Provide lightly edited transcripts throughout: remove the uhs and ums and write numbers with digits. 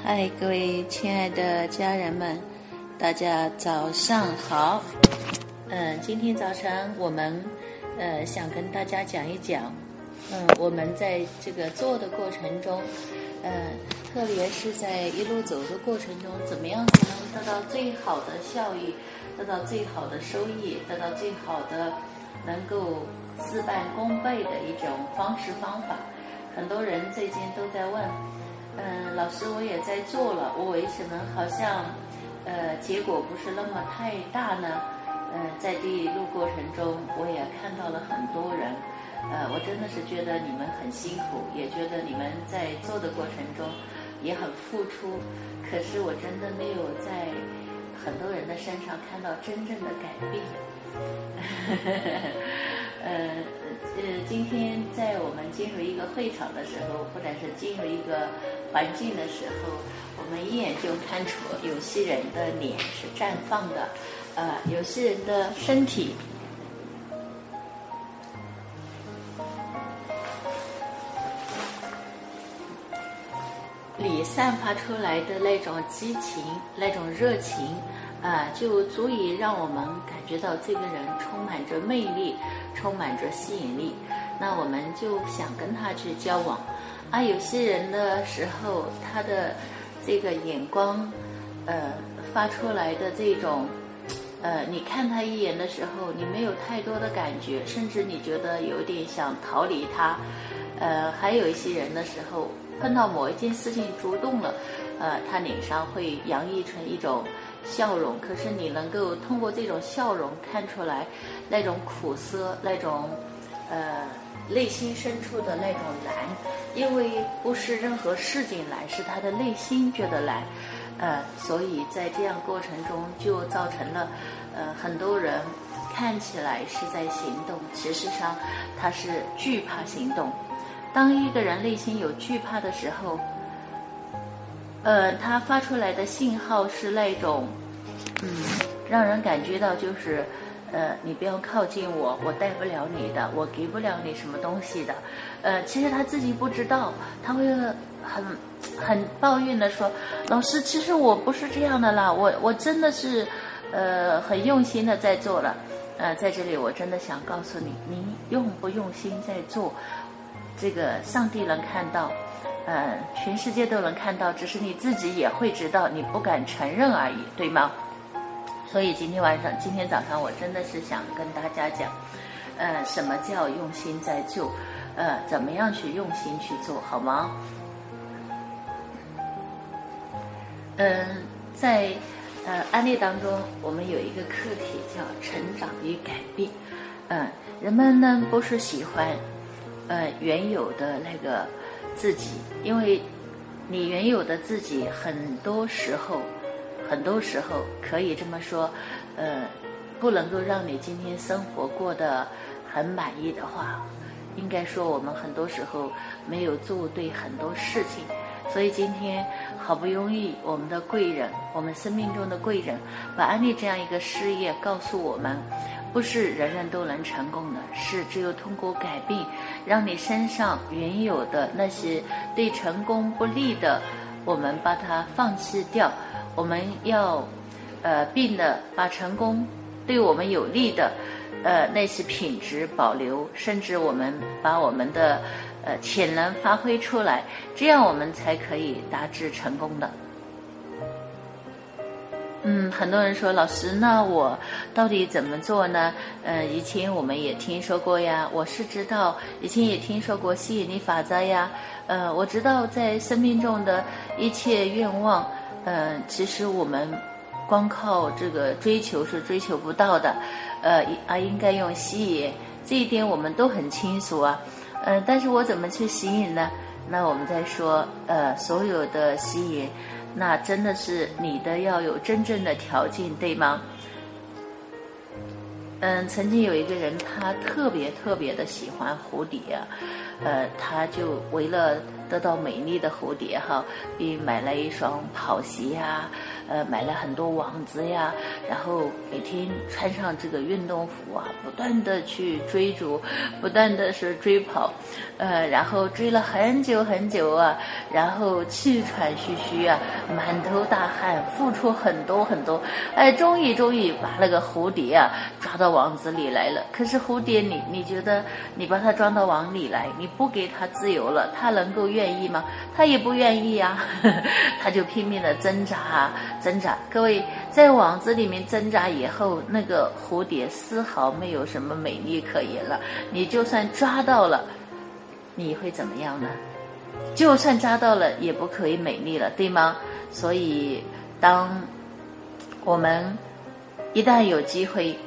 嗨，各位亲爱的家人们，大家早上好。今天早晨我们想跟大家讲一讲，我们在这个做的过程中，特别是在一路走的过程中，怎么样才能得到最好的效益，得到最好的收益，得到最好的能够事半功倍的一种方式方法。很多人最近都在问，老师我也在做了，我为什么好像结果不是那么太大呢？在这一路过程中，我也看到了很多人，我真的是觉得你们很辛苦，也觉得你们在做的过程中也很付出，可是我真的没有在很多人的身上看到真正的改变。今天在我们进入一个会场的时候，或者是进入一个环境的时候，我们一眼就看出有些人的脸是绽放的，有些人的身体里散发出来的那种激情、那种热情，就足以让我们感觉到这个人充满着魅力，充满着吸引力。那我们就想跟他去交往。有些人的时候，他的这个眼光，发出来的这种，你看他一眼的时候，你没有太多的感觉，甚至你觉得有点想逃离他。还有一些人的时候，碰到某一件事情主动了，他脸上会洋溢成一种笑容，可是你能够通过这种笑容看出来那种苦涩，那种内心深处的那种难，因为不是任何事情难，是他的内心觉得难，所以在这样过程中就造成了很多人看起来是在行动，其实上他是惧怕行动。当一个人内心有惧怕的时候，他发出来的信号是那种让人感觉到就是你不要靠近我，我带不了你的，我给不了你什么东西的。其实他自己不知道，他会很抱怨的说，老师其实我不是这样的啦，我真的是很用心的在做了。在这里我真的想告诉你，你用不用心在做，这个上帝能看到，全世界都能看到，只是你自己也会知道，你不敢承认而已，对吗？所以今天早上我真的是想跟大家讲，什么叫用心在做，怎么样去用心去做，好吗？在案例当中，我们有一个课题叫成长与改变。人们呢不是喜欢原有的那个自己，因为你原有的自己很多时候可以这么说，不能够让你今天生活过得很满意的话，应该说我们很多时候没有做对很多事情。所以今天好不容易我们的贵人，我们生命中的贵人，把安利这样一个事业告诉我们，不是人人都能成功的，是只有通过改变，让你身上原有的那些对成功不利的，我们把它放弃掉。我们要并的把成功对我们有利的那些品质保留，甚至我们把我们的潜能发挥出来，这样我们才可以达至成功的。很多人说，老师，那我到底怎么做呢？以前我们也听说过呀，我是知道，以前也听说过吸引力法则呀，我知道在生命中的一切愿望，其实我们光靠这个追求是追求不到的，应该用吸引，这一点我们都很清楚啊。但是我怎么去吸引呢？那我们再说，所有的吸引，那真的是你的要有真正的条件，对吗？曾经有一个人，他特别的喜欢蝴蝶，他就为了得到美丽的蝴蝶哈，并买了一双跑鞋啊， 买了很多网子呀，然后每天穿上这个运动服啊，不断的去追逐，不断的是追跑，然后追了很久很久啊，然后气喘吁吁啊，满头大汗，付出很多很多，终于把那个蝴蝶啊抓到网子里来了。可是蝴蝶你觉得你把它装到网里来，你不给它自由了，它能够愿意吗？它也不愿意啊，它就拼命的挣扎。各位，在网子里面挣扎以后，那个蝴蝶丝毫没有什么美丽可言了。你就算抓到了，你会怎么样呢？就算抓到了也不可以美丽了，对吗？所以当我们一旦有机会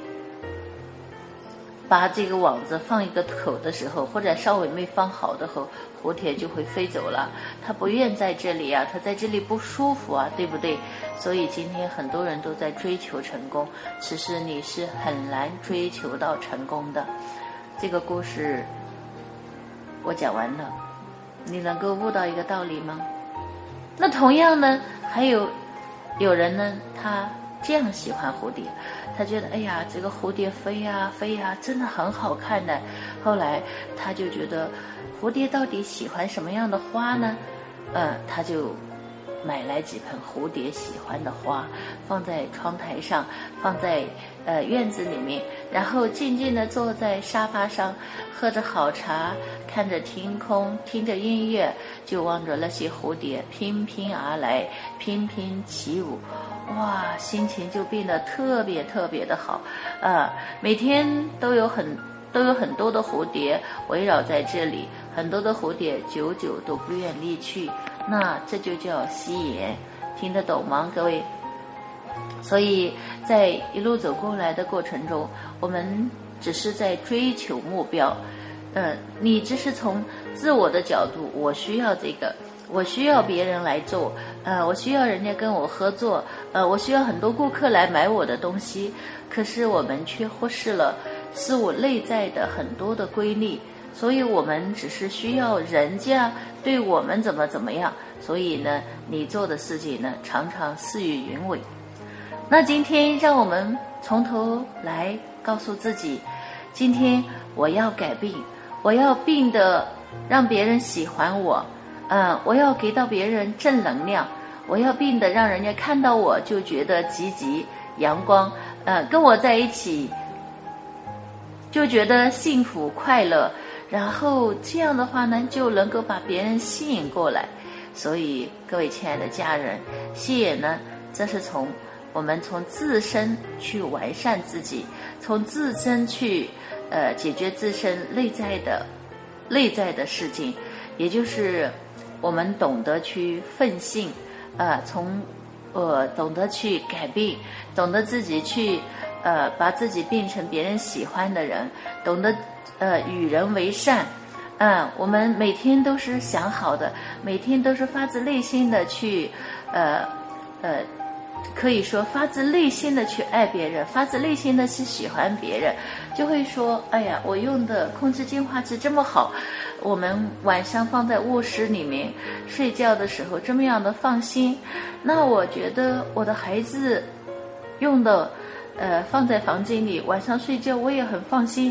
把这个网子放一个口的时候，或者稍微没放好的时候，蝴蝶就会飞走了。它不愿在这里啊，它在这里不舒服啊，对不对？所以今天很多人都在追求成功，其实你是很难追求到成功的。这个故事我讲完了，你能够悟到一个道理吗？那同样呢，还有人呢，他这样喜欢蝴蝶，他觉得哎呀，这个蝴蝶飞呀飞呀，真的很好看的。后来他就觉得蝴蝶到底喜欢什么样的花呢？他就买来几盆蝴蝶喜欢的花，放在窗台上，放在院子里面，然后静静地坐在沙发上，喝着好茶，看着天空，听着音乐，就望着那些蝴蝶翩翩而来，翩翩起舞。哇，心情就变得特别的好。每天都有很多的蝴蝶围绕在这里，很多的蝴蝶久久都不愿离去，那这就叫吸引，听得懂吗，各位？所以在一路走过来的过程中，我们只是在追求目标，你只是从自我的角度，我需要这个，我需要别人来做，我需要人家跟我合作，我需要很多顾客来买我的东西，可是我们却忽视了是我内在的很多的规律，所以我们只是需要人家对我们怎么样，所以呢，你做的事情呢，常常事与愿违。那今天让我们从头来告诉自己，今天我要改变，我要变得让别人喜欢我，我要给到别人正能量，我要变得让人家看到我就觉得积极阳光，跟我在一起就觉得幸福快乐，然后这样的话呢，就能够把别人吸引过来。所以各位亲爱的家人，吸引呢，这是我们从自身去完善自己，从自身去解决自身内在的事情，也就是我们懂得去奋进，懂得去改变，懂得自己去把自己变成别人喜欢的人，懂得与人为善。我们每天都是想好的，每天都是发自内心的去可以说发自内心的去爱别人，发自内心的去喜欢别人，就会说哎呀，我用的空气净化器这么好，我们晚上放在卧室里面睡觉的时候这么样的放心，那我觉得我的孩子用的放在房间里晚上睡觉我也很放心，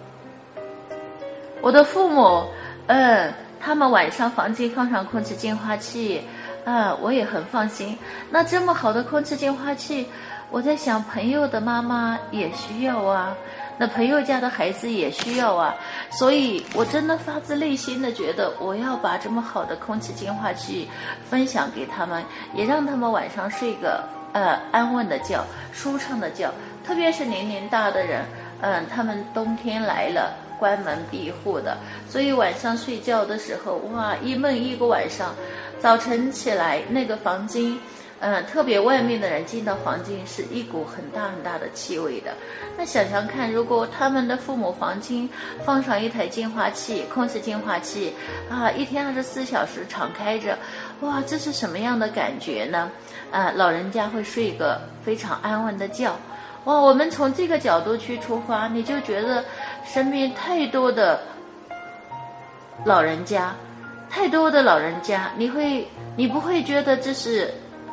我的父母他们晚上房间放上空气净化器我也很放心。那这么好的空气净化器，我在想朋友的妈妈也需要啊，那朋友家的孩子也需要啊，所以我真的发自内心的觉得我要把这么好的空气净化器分享给他们，也让他们晚上睡个安稳的觉，舒畅的觉，特别是年龄大的人，他们冬天来了关门闭户的，所以晚上睡觉的时候哇，一闷一个晚上，早晨起来那个房间特别外面的人进到房间是一股很大的气味的。那想想看，如果他们的父母房间放上一台净化器，空气净化器一天24小时敞开着，哇，这是什么样的感觉呢？老人家会睡一个非常安稳的觉。哇，我们从这个角度去出发，你就觉得身边太多的老人家，你不会觉得这是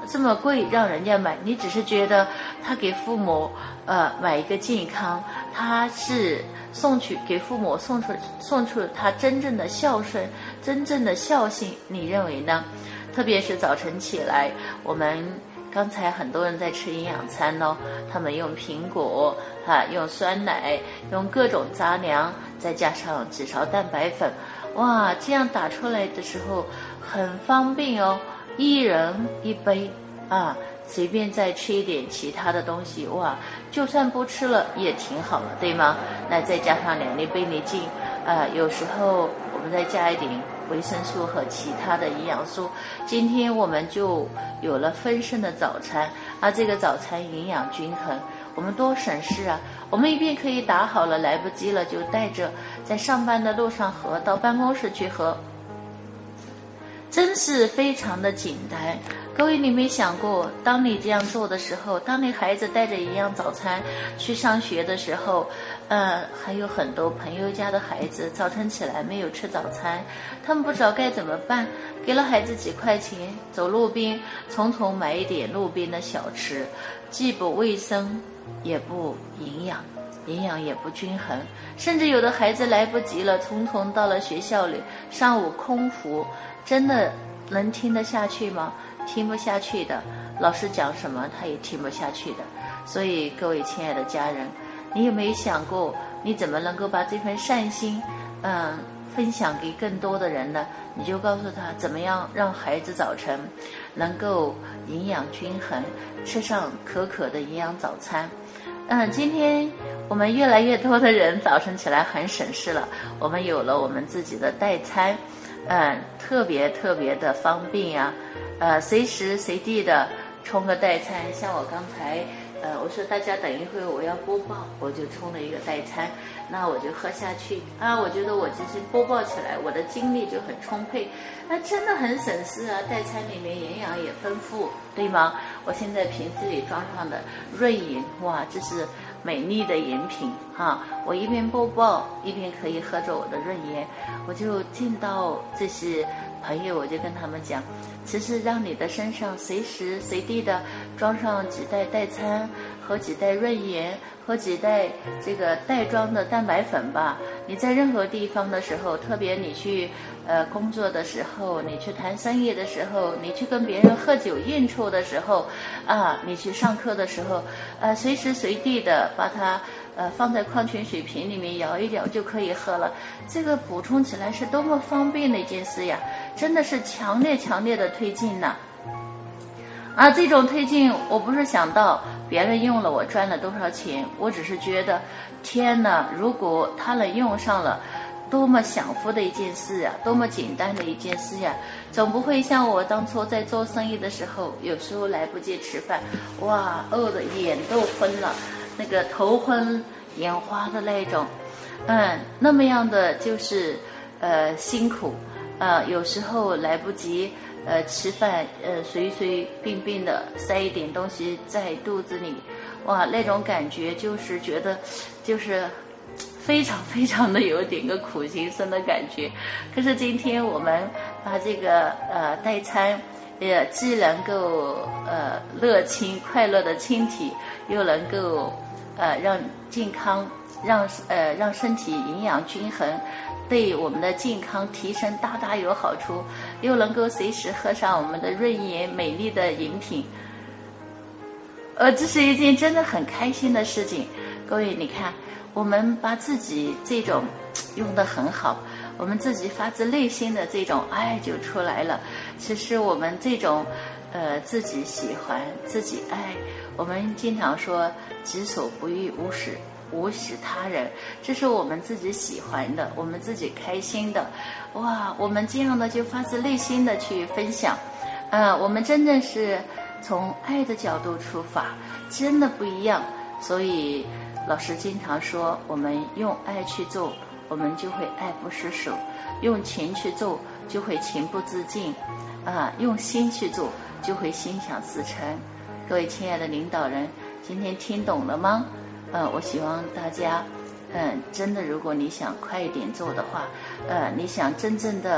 这么贵让人家买，你只是觉得他给父母买一个健康，他是给父母送出他真正的孝顺，真正的孝心，你认为呢？特别是早晨起来，我们刚才很多人在吃营养餐哦，他们用苹果用酸奶，用各种杂粮，再加上几勺蛋白粉，哇，这样打出来的时候很方便哦，一人一杯随便再吃一点其他的东西，哇，就算不吃了也挺好的，对吗？那再加上2粒贝内净，有时候我们再加一点维生素和其他的营养素，今天我们就有了丰盛的早餐，这个早餐营养均衡，我们多省事啊！我们一边可以打好了，来不及了就带着在上班的路上喝，到办公室去喝，真是非常的简单。各位，你没想过，当你这样做的时候，当你孩子带着营养早餐去上学的时候，还有很多朋友家的孩子早晨起来没有吃早餐，他们不知道该怎么办，给了孩子几块钱，走路边匆匆买一点路边的小吃，既不卫生也不营养也不均衡，甚至有的孩子来不及了，匆匆到了学校里，上午空腹，真的能听得下去吗？听不下去的，老师讲什么他也听不下去的。所以各位亲爱的家人，你有没有想过，你怎么能够把这份善心分享给更多的人呢？你就告诉他怎么样让孩子早晨能够营养均衡，吃上可可的营养早餐。今天我们越来越多的人早晨起来很省事了，我们有了我们自己的代餐，特别的方便随时随地的冲个代餐。像我刚才我说大家等一会儿我要播报，我就冲了一个代餐，那我就喝下去我觉得我其实播报起来我的精力就很充沛，真的很省事代餐里面营养也丰富，对吗？我现在瓶子里装上的润饮，哇，这是美丽的饮品我一边播报一边可以喝着我的润饮，我就见到这些朋友，我就跟他们讲，其实让你的身上随时随地的装上几袋代餐和几袋润饮和几袋这个袋装的蛋白粉吧。你在任何地方的时候，特别你去工作的时候，你去谈生意的时候，你去跟别人喝酒应酬的时候你去上课的时候随时随地的把它放在矿泉水瓶里面摇一摇就可以喝了。这个补充起来是多么方便的一件事呀，真的是强烈的推荐呐！这种推荐我不是想到别人用了我赚了多少钱，我只是觉得天哪，如果他能用上了，多么享福的一件事呀，多么简单的一件事呀，总不会像我当初在做生意的时候，有时候来不及吃饭，哇，饿得眼都昏了，那个头昏眼花的那种，那么样的就是辛苦，有时候来不及吃饭，随便的塞一点东西在肚子里，哇，那种感觉就是觉得就是非常的有点个苦行僧的感觉。可是今天我们把这个代餐既能够乐清快乐的清体，又能够让健康让身体营养均衡，对我们的健康提升大有好处，又能够随时喝上我们的润饮美丽的饮品，这是一件真的很开心的事情。各位你看，我们把自己这种用得很好，我们自己发自内心的这种爱就出来了。其实我们这种自己喜欢自己爱，我们经常说己所不欲无使他人，这是我们自己喜欢的，我们自己开心的，哇，我们这样的就发自内心的去分享，我们真正是从爱的角度出发，真的不一样。所以老师经常说，我们用爱去做，我们就会爱不释手；用情去做，就会情不自禁；用心去做，就会心想事成。各位亲爱的领导人，今天听懂了吗？我希望大家，真的，如果你想快一点做的话，你想真正的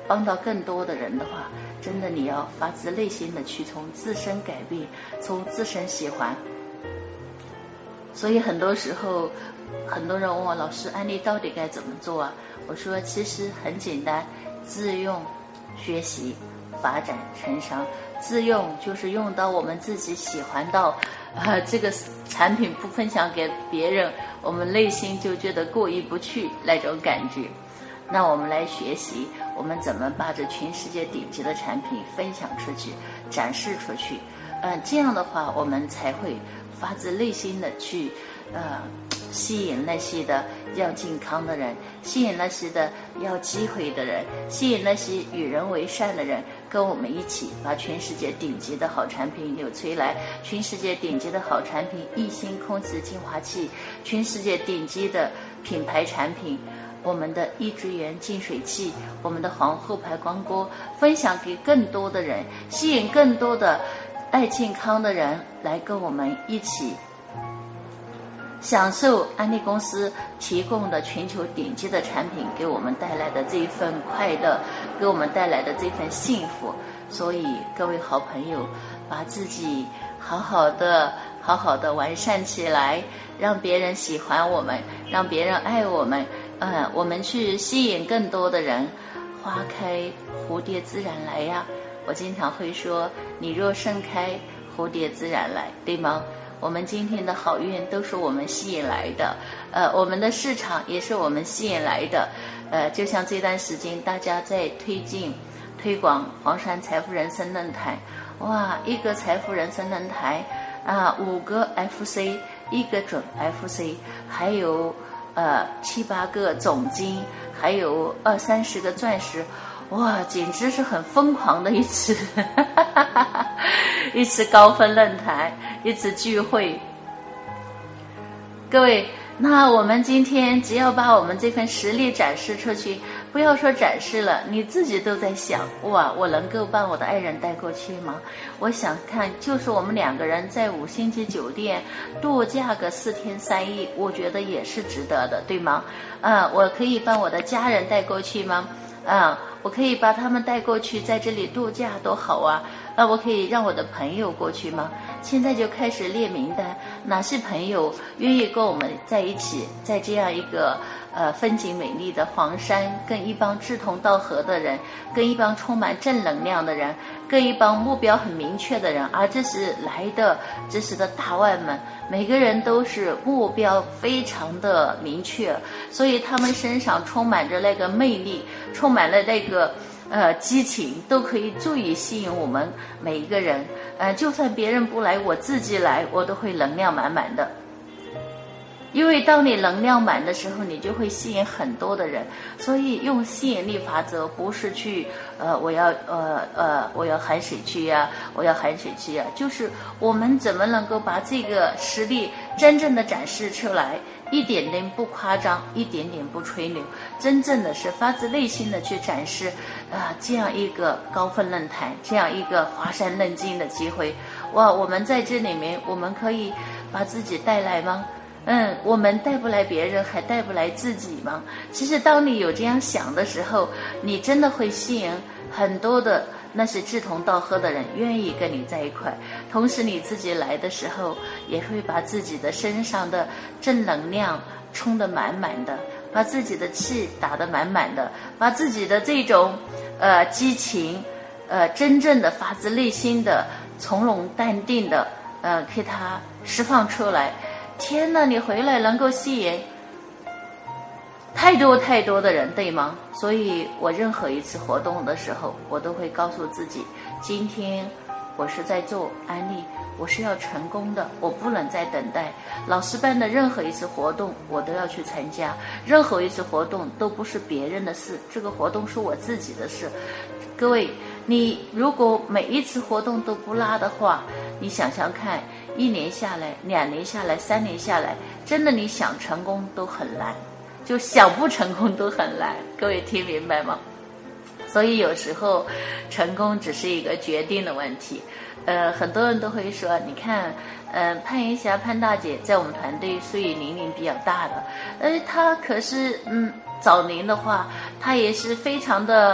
帮到更多的人的话，真的你要发自内心的去从自身改变，从自身喜欢。所以很多时候很多人问我，老师，安利到底该怎么做啊？我说其实很简单，自用学习发展成长。自用就是用到我们自己喜欢到这个产品不分享给别人，我们内心就觉得过意不去那种感觉。那我们来学习，我们怎么把这全世界顶级的产品分享出去，展示出去。这样的话我们才会发自内心的去吸引那些的要健康的人，吸引那些的要机会的人，吸引那些与人为善的人，跟我们一起把全世界顶级的好产品纽崔莱，全世界顶级的好产品一星空气净化器，全世界顶级的品牌产品，我们的一支源净水器，我们的皇后牌光锅，分享给更多的人，吸引更多的爱健康的人来跟我们一起享受安利公司提供的全球顶级的产品给我们带来的这一份快乐，给我们带来的这份幸福。所以各位好朋友，把自己好好的完善起来，让别人喜欢我们，让别人爱我们，我们去吸引更多的人。花开蝴蝶自然来呀，我经常会说，你若盛开，蝴蝶自然来，对吗？我们今天的好运都是我们吸引来的，我们的市场也是我们吸引来的。就像这段时间大家在推广黄山财富人生论坛，哇，一个财富人生论坛5个 FC， 一个准 FC， 还有7、8个总金，还有20-30个钻石，哇，简直是很疯狂的一次一次高分论坛，一次聚会。各位，那我们今天只要把我们这份实力展示出去，不要说展示了，你自己都在想，哇，我能够把我的爱人带过去吗？我想看，就是我们2个人在5星级酒店度假个4天3夜，我觉得也是值得的，对吗？我可以把我的家人带过去吗？我可以把他们带过去，在这里度假多好啊！我可以让我的朋友过去吗？现在就开始列名单，哪些朋友愿意跟我们在一起，在这样一个风景美丽的黄山，跟一帮志同道合的人，跟一帮充满正能量的人，跟一帮目标很明确的人，而这是的大腕们，每个人都是目标非常的明确，所以他们身上充满着那个魅力，充满了那个激情，都可以足以吸引我们每一个人。就算别人不来，我自己来，我都会能量满满的。因为当你能量满的时候，你就会吸引很多的人。所以用吸引力法则，不是去我要含水区呀，我要含水区呀，就是我们怎么能够把这个实力真正的展示出来，一点点不夸张，一点点不吹牛，真正的是发自内心的去展示这样一个高分论坛，这样一个华山论金的机会。哇，我们在这里面，我们可以把自己带来吗？我们带不来别人，还带不来自己吗？其实当你有这样想的时候，你真的会吸引很多的那些志同道合的人愿意跟你在一块。同时你自己来的时候，也会把自己的身上的正能量充得满满的，把自己的气打得满满的，把自己的这种激情真正的发自内心的从容淡定的给它释放出来。天哪，你回来能够吸引太多的人，对吗？所以我任何一次活动的时候，我都会告诉自己，今天我是在做安利，我是要成功的，我不能再等待。老师办的任何一次活动我都要去参加，任何一次活动都不是别人的事，这个活动是我自己的事。各位，你如果每一次活动都不拉的话，你想想看，1年下来，2年下来，3年下来，真的你想成功都很难，就想不成功都很难。各位听明白吗？所以有时候成功只是一个决定的问题。很多人都会说，你看潘云霞潘大姐在我们团队属于年龄比较大的，她可是早年的话她也是非常的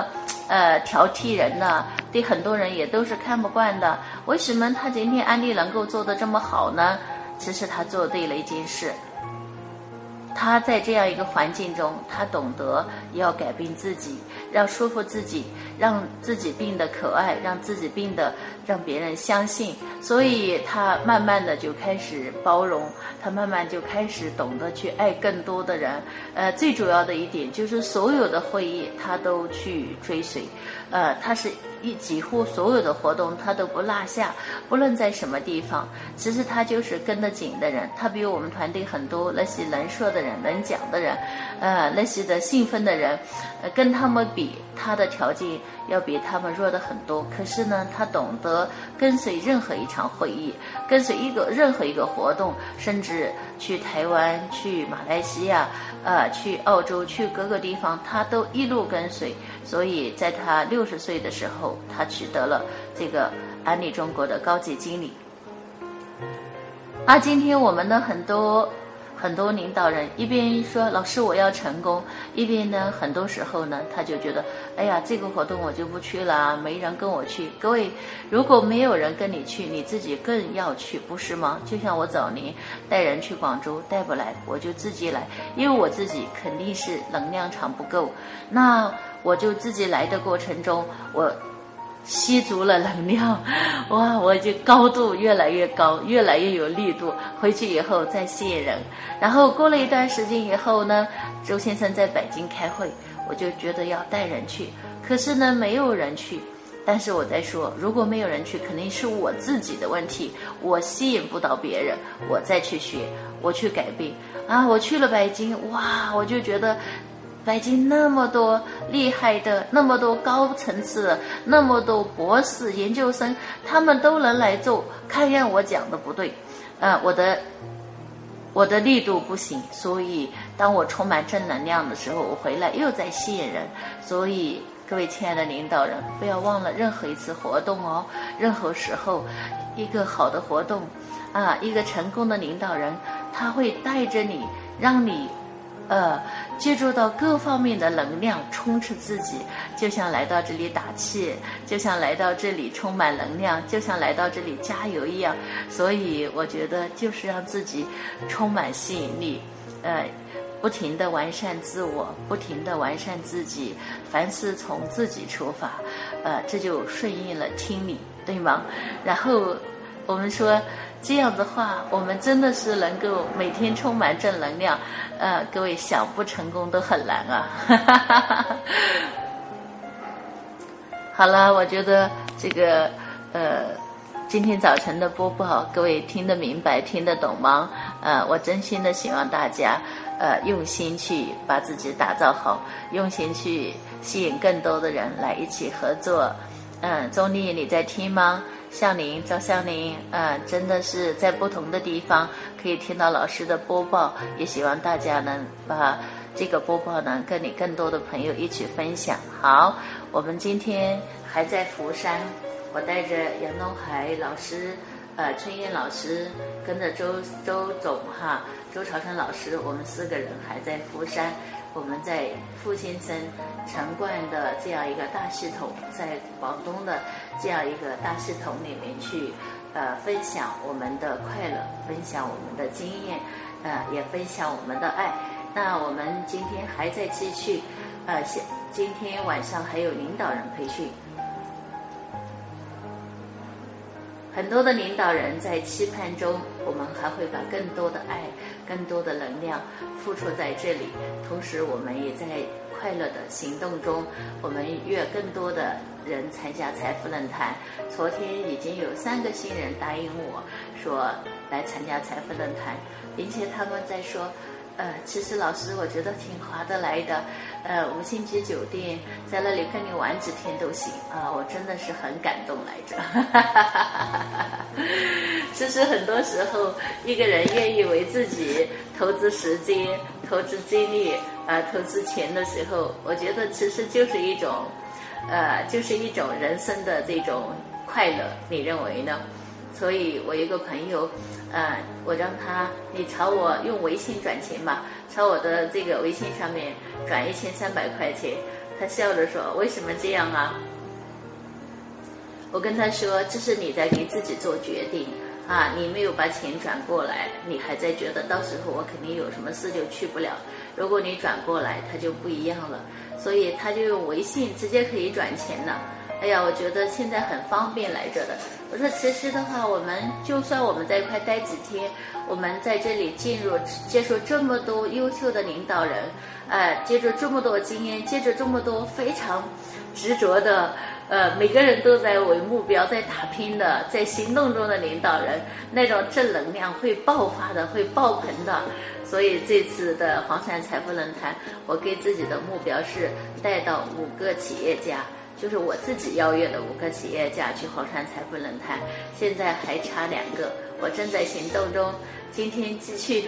挑剔人的，对很多人也都是看不惯的。为什么他今天安利能够做得这么好呢？其实他做对了一件事，他在这样一个环境中，他懂得要改变自己，要说服自己，让自己变得可爱，让自己变得让别人相信，所以他慢慢的就开始包容，他慢慢就开始懂得去爱更多的人。最主要的一点就是所有的会议他都去追随，他是几乎所有的活动他都不落下，不论在什么地方，其实他就是跟得紧的人。他比我们团队很多那些能说的人、能讲的人，那些的兴奋的人，跟他们比，他的条件要比他们弱的很多。可是呢，他懂得跟随任何一场会议，跟随任何一个活动，甚至去台湾、去马来西亚、去澳洲、去各个地方，他都一路跟随。所以在他60岁的时候，他取得了这个安利中国的高级经理。今天我们的很多领导人一边说老师我要成功，一边呢很多时候呢他就觉得哎呀这个活动我就不去了，没人跟我去。各位，如果没有人跟你去，你自己更要去，不是吗？就像我早年带人去广州，带不来我就自己来，因为我自己肯定是能量场不够，那我就自己来的过程中，我吸足了能量，哇，我就高度越来越高，越来越有力度，回去以后再吸引人。然后过了一段时间以后呢，周先生在北京开会，我就觉得要带人去，可是呢没有人去。但是我在说，如果没有人去，肯定是我自己的问题，我吸引不到别人，我再去学，我去改变。我去了北京，哇，我就觉得北京那么多厉害的，那么多高层次，那么多博士研究生，他们都能来做，看样我讲的不对，我的力度不行，所以当我充满正能量的时候，我回来又在吸引人。所以各位亲爱的领导人，不要忘了任何一次活动哦，任何时候一个好的活动一个成功的领导人，他会带着你，让你接触到各方面的能量，充斥自己，就像来到这里打气，就像来到这里充满能量，就像来到这里加油一样。所以我觉得就是让自己充满吸引力，不停地完善自我，不停地完善自己，凡事从自己出发，这就顺应了听理，对吗？然后我们说这样的话，我们真的是能够每天充满正能量，各位想不成功都很难啊。好了，我觉得这个今天早晨的播报，各位听得明白，听得懂吗？我真心的希望大家用心去把自己打造好，用心去吸引更多的人来一起合作。钟丽你在听吗？向林赵向林真的是在不同的地方可以听到老师的播报，也希望大家能把这个播报呢跟你更多的朋友一起分享。好，我们今天还在福山，我带着杨东海老师春燕老师，跟着周总周朝生老师，我们4个人还在福山，我们在傅先生陈冠的这样一个大系统，在广东的这样一个大系统里面去分享我们的快乐，分享我们的经验，也分享我们的爱。那我们今天还在继续今天晚上还有领导人培训，很多的领导人在期盼中，我们还会把更多的爱，更多的能量付出在这里，同时我们也在快乐的行动中，我们约更多的人参加财富论坛。昨天已经有3个新人答应我说来参加财富论坛，并且他们在说其实老师我觉得挺划得来的，5星级酒店在那里跟你玩几天都行我真的是很感动来着。其实很多时候一个人愿意为自己投资时间、投资精力投资钱的时候，我觉得其实就是一种人生的这种快乐，你认为呢？所以我有一个朋友我让他你朝我用微信转钱嘛，朝我的这个微信上面转1300块钱他笑着说，为什么这样啊？我跟他说，这是你在给自己做决定啊，你没有把钱转过来，你还在觉得到时候我肯定有什么事就去不了，如果你转过来它就不一样了，所以他就用微信直接可以转钱了。哎呀，我觉得现在很方便来着的。我说其实的话，我们就算我们在一块待几天，我们在这里接受这么多优秀的领导人，接着这么多经验，接着这么多非常执着的每个人都在为目标在打拼的，在行动中的领导人，那种正能量会爆发的，会爆棚的。所以这次的黄山财富论坛，我给自己的目标是带到5个企业家，就是我自己邀约的5个企业家去黄山财富论坛，现在还差2个，我正在行动中，今天继续。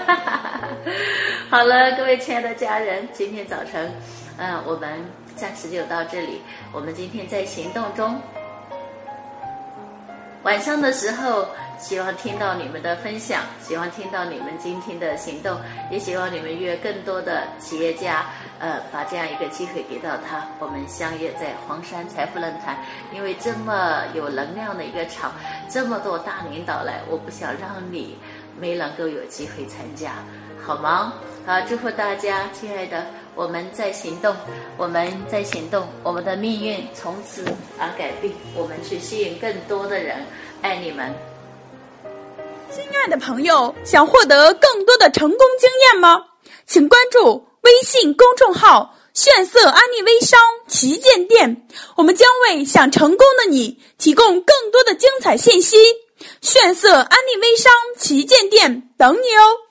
好了，各位亲爱的家人，今天早晨我们暂时就到这里，我们今天在行动中。晚上的时候希望听到你们的分享，希望听到你们今天的行动，也希望你们约更多的企业家把这样一个机会给到他，我们相约在黄山财富论坛。因为这么有能量的一个场，这么多大领导来，我不想让你没能够有机会参加，好吗？好，祝福大家，亲爱的，我们在行动，我们在行动，我们的命运从此改变，我们去吸引更多的人，爱你们。 亲爱的朋友，想获得更多的成功经验吗？请关注微信公众号炫色安利微商旗舰店，我们将为想成功的你提供更多的精彩信息。炫色安利微商旗舰店等你哦。